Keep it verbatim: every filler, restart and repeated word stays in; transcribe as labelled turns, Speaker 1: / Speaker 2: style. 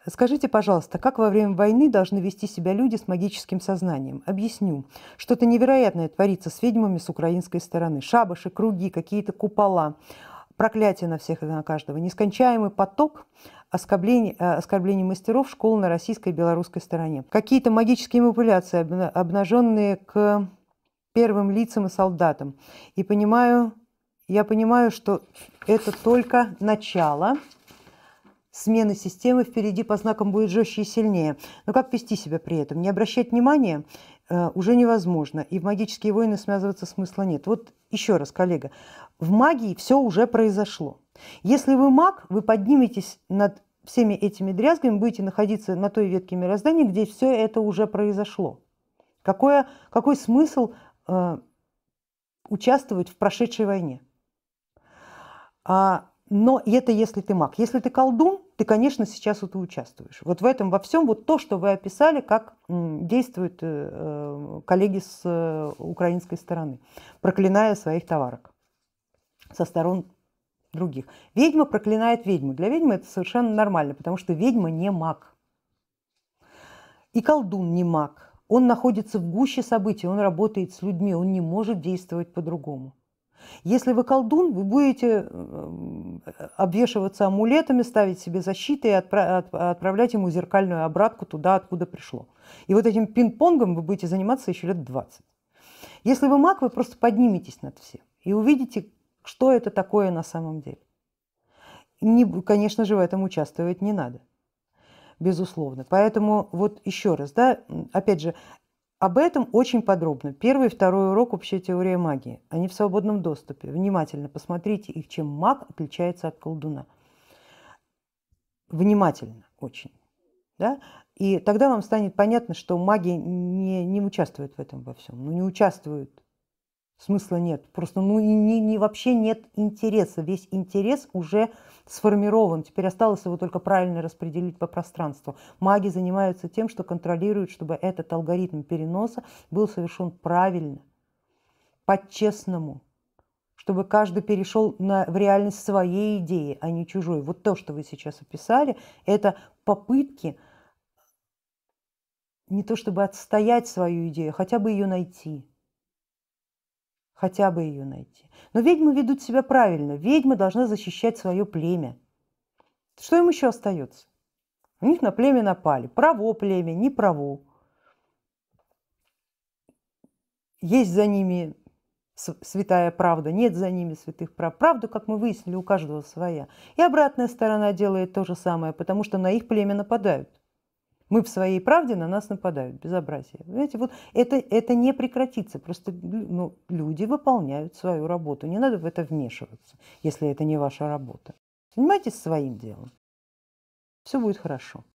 Speaker 1: Скажите, пожалуйста, как во время войны должны вести себя люди с магическим сознанием? Объясню. Что-то невероятное творится с ведьмами с украинской стороны. Шабаши, круги, какие-то купола, проклятия на всех и на каждого. Нескончаемый поток оскорблений, оскорблений мастеров школ на российской и белорусской стороне. Какие-то магические манипуляции, обнаженные к первым лицам и солдатам. И понимаю, я понимаю, что это только начало. Смены системы впереди по знакам будет жестче и сильнее. Но как вести себя при этом? Не обращать внимания э, уже невозможно. И в магические войны смазываться смысла нет. Вот еще раз, коллега, в магии все уже произошло. Если вы маг, вы подниметесь над всеми этими дрязгами, будете находиться на той ветке мироздания, где все это уже произошло. Какое, какой смысл э, участвовать в прошедшей войне? А, но это если ты маг. Если ты колдун, ты, конечно, сейчас вот и участвуешь. Вот в этом во всем вот то, что вы описали, как действуют коллеги с украинской стороны, проклиная своих товарок со сторон других. Ведьма проклинает ведьму. Для ведьмы это совершенно нормально, потому что ведьма не маг. И колдун не маг. Он находится в гуще событий, он работает с людьми, он не может действовать по-другому. Если вы колдун, вы будете обвешиваться амулетами, ставить себе защиты и отправлять ему зеркальную обратку туда, откуда пришло. И вот этим пинг-понгом вы будете заниматься еще лет двадцать. Если вы маг, вы просто подниметесь над всем и увидите, что это такое на самом деле. Не, конечно же, в этом участвовать не надо, безусловно. Поэтому вот еще раз, да, опять же, об этом очень подробно. Первый и второй урок «Общая теория магии». Они в свободном доступе. Внимательно посмотрите их, чем маг отличается от колдуна. Внимательно очень. Да? И тогда вам станет понятно, что маги не, не участвуют в этом во всем. Ну не участвуют. Смысла нет. Просто ну, не, не, вообще нет интереса. Весь интерес уже сформирован. Теперь осталось его только правильно распределить по пространству. Маги занимаются тем, что контролируют, чтобы этот алгоритм переноса был совершен правильно, по-честному. Чтобы каждый перешел на, в реальность своей идеи, а не чужой. Вот то, что вы сейчас описали, это попытки не то чтобы отстоять свою идею, а хотя бы ее найти. Хотя бы ее найти. Но ведьмы ведут себя правильно. Ведьмы должны защищать свое племя. Что им еще остается? У них на племя напали. Право племя, не право. Есть за ними святая правда, нет за ними святых прав. Правда, как мы выяснили, у каждого своя. И обратная сторона делает то же самое, потому что на их племя нападают. Мы в своей правде, на нас нападают. Безобразие. Знаете, вот это, это не прекратится. Просто ну, люди выполняют свою работу. Не надо в это вмешиваться, если это не ваша работа. Занимайтесь своим делом. Все будет хорошо.